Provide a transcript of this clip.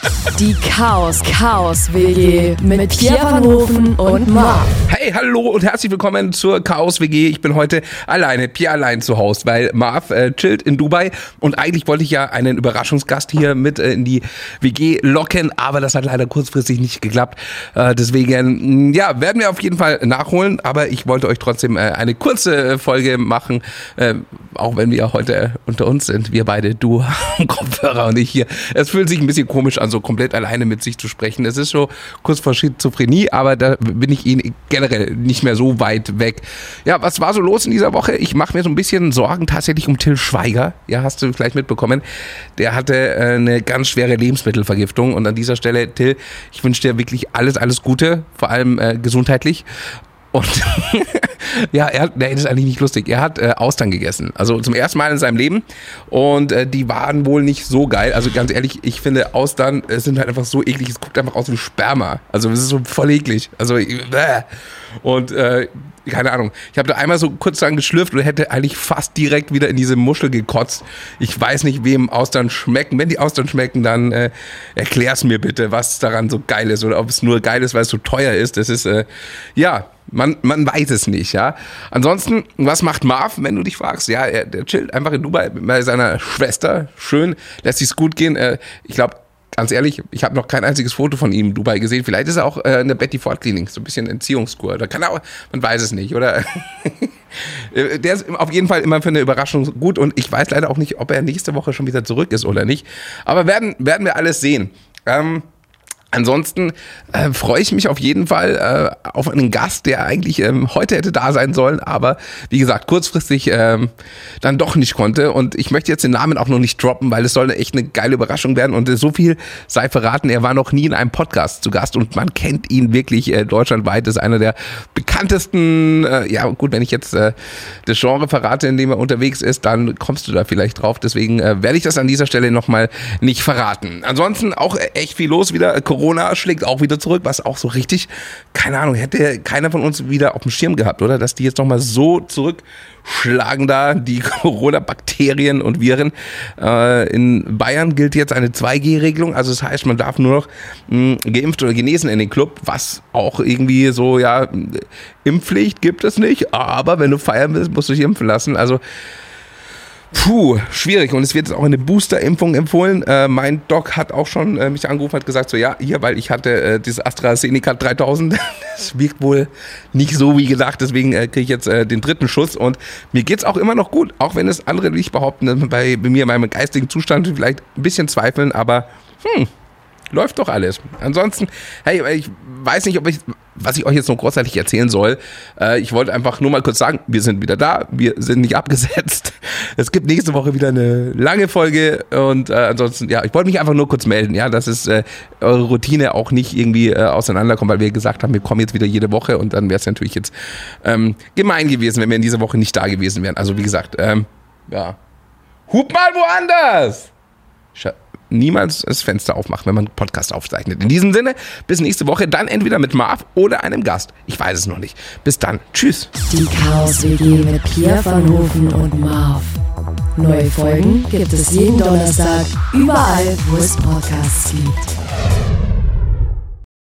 Die Chaos-WG mit Pierre van Hofen und Marv. Hey, hallo und herzlich willkommen zur Chaos-WG. Ich bin heute Pierre allein zu Hause, weil Marv chillt in Dubai und eigentlich wollte ich ja einen Überraschungsgast hier mit in die WG locken, aber das hat leider kurzfristig nicht geklappt. Deswegen, werden wir auf jeden Fall nachholen, aber ich wollte euch trotzdem eine kurze Folge machen, auch wenn wir heute unter uns sind, wir beide, du am Kopfhörer und ich hier. Es fühlt sich ein bisschen komisch an, so komplett alleine mit sich zu sprechen. Es ist so kurz vor Schizophrenie, aber da bin ich generell nicht mehr so weit weg. Ja, was war so los in dieser Woche? Ich mache mir so ein bisschen Sorgen tatsächlich um Till Schweiger. Ja, hast du vielleicht mitbekommen. Der hatte eine ganz schwere Lebensmittelvergiftung und an dieser Stelle, Till, ich wünsche dir wirklich alles Gute, vor allem gesundheitlich. Und ja, das ist eigentlich nicht lustig. Er hat Austern gegessen, also zum ersten Mal in seinem Leben und die waren wohl nicht so geil. Also ganz ehrlich, ich finde Austern sind halt einfach so eklig, es guckt einfach aus wie Sperma. Also es ist so voll eklig. Also und keine Ahnung, ich habe da einmal so kurz dran geschlürft und hätte eigentlich fast direkt wieder in diese Muschel gekotzt. Ich weiß nicht, wem Austern schmecken. Wenn die Austern schmecken, dann erklär's mir bitte, was daran so geil ist oder ob es nur geil ist, weil es so teuer ist. Das ist, man weiß es nicht, ja. Ansonsten, was macht Marv, wenn du dich fragst? Ja, der chillt einfach in Dubai bei seiner Schwester. Schön, lässt sich's gut gehen. Ich glaube, ganz ehrlich, ich habe noch kein einziges Foto von ihm in Dubai gesehen. Vielleicht ist er auch in der Betty Ford Klinik, so ein bisschen Entziehungskur. Oder kann er auch, man weiß es nicht, oder? Der ist auf jeden Fall immer für eine Überraschung gut und ich weiß leider auch nicht, ob er nächste Woche schon wieder zurück ist oder nicht. Aber werden wir alles sehen. Ansonsten freue ich mich auf jeden Fall auf einen Gast, der eigentlich heute hätte da sein sollen, aber wie gesagt, kurzfristig dann doch nicht konnte. Und ich möchte jetzt den Namen auch noch nicht droppen, weil es soll echt eine geile Überraschung werden. Und so viel sei verraten, er war noch nie in einem Podcast zu Gast und man kennt ihn wirklich deutschlandweit. Ist einer der bekanntesten, gut, wenn ich jetzt das Genre verrate, in dem er unterwegs ist, dann kommst du da vielleicht drauf. Deswegen werde ich das an dieser Stelle nochmal nicht verraten. Ansonsten auch echt viel los wieder. Corona schlägt auch wieder zurück, was auch so richtig, keine Ahnung, hätte keiner von uns wieder auf dem Schirm gehabt, oder? Dass die jetzt nochmal so zurückschlagen da, die Corona-Bakterien und Viren. In Bayern gilt jetzt eine 2G-Regelung, also das heißt, man darf nur noch geimpft oder genesen in den Club, was auch irgendwie so, Impfpflicht gibt es nicht, aber wenn du feiern willst, musst du dich impfen lassen, also schwierig und es wird jetzt auch eine Booster-Impfung empfohlen. Mein Doc hat auch schon mich angerufen, hat gesagt weil ich hatte dieses AstraZeneca 3000, das wirkt wohl nicht so wie gedacht, deswegen kriege ich jetzt den 3. Schuss und mir geht's auch immer noch gut, auch wenn es andere nicht behaupten, bei mir in meinem geistigen Zustand vielleicht ein bisschen zweifeln, aber läuft doch alles. Ansonsten, hey, ich weiß nicht, was ich euch jetzt noch großartig erzählen soll. Ich wollte einfach nur mal kurz sagen, wir sind wieder da, wir sind nicht abgesetzt. Es gibt nächste Woche wieder eine lange Folge und ansonsten, ich wollte mich einfach nur kurz melden, dass es eure Routine auch nicht irgendwie auseinanderkommt, weil wir gesagt haben, wir kommen jetzt wieder jede Woche und dann wäre es natürlich jetzt gemein gewesen, wenn wir in dieser Woche nicht da gewesen wären. Also wie gesagt, hup mal woanders! Niemals das Fenster aufmachen, wenn man einen Podcast aufzeichnet. In diesem Sinne, bis nächste Woche, dann entweder mit Marv oder einem Gast. Ich weiß es noch nicht. Bis dann. Tschüss. Die Chaos-WG mit Pierre van Hofen und Marv. Neue Folgen gibt es jeden Donnerstag, überall, wo es Podcasts gibt.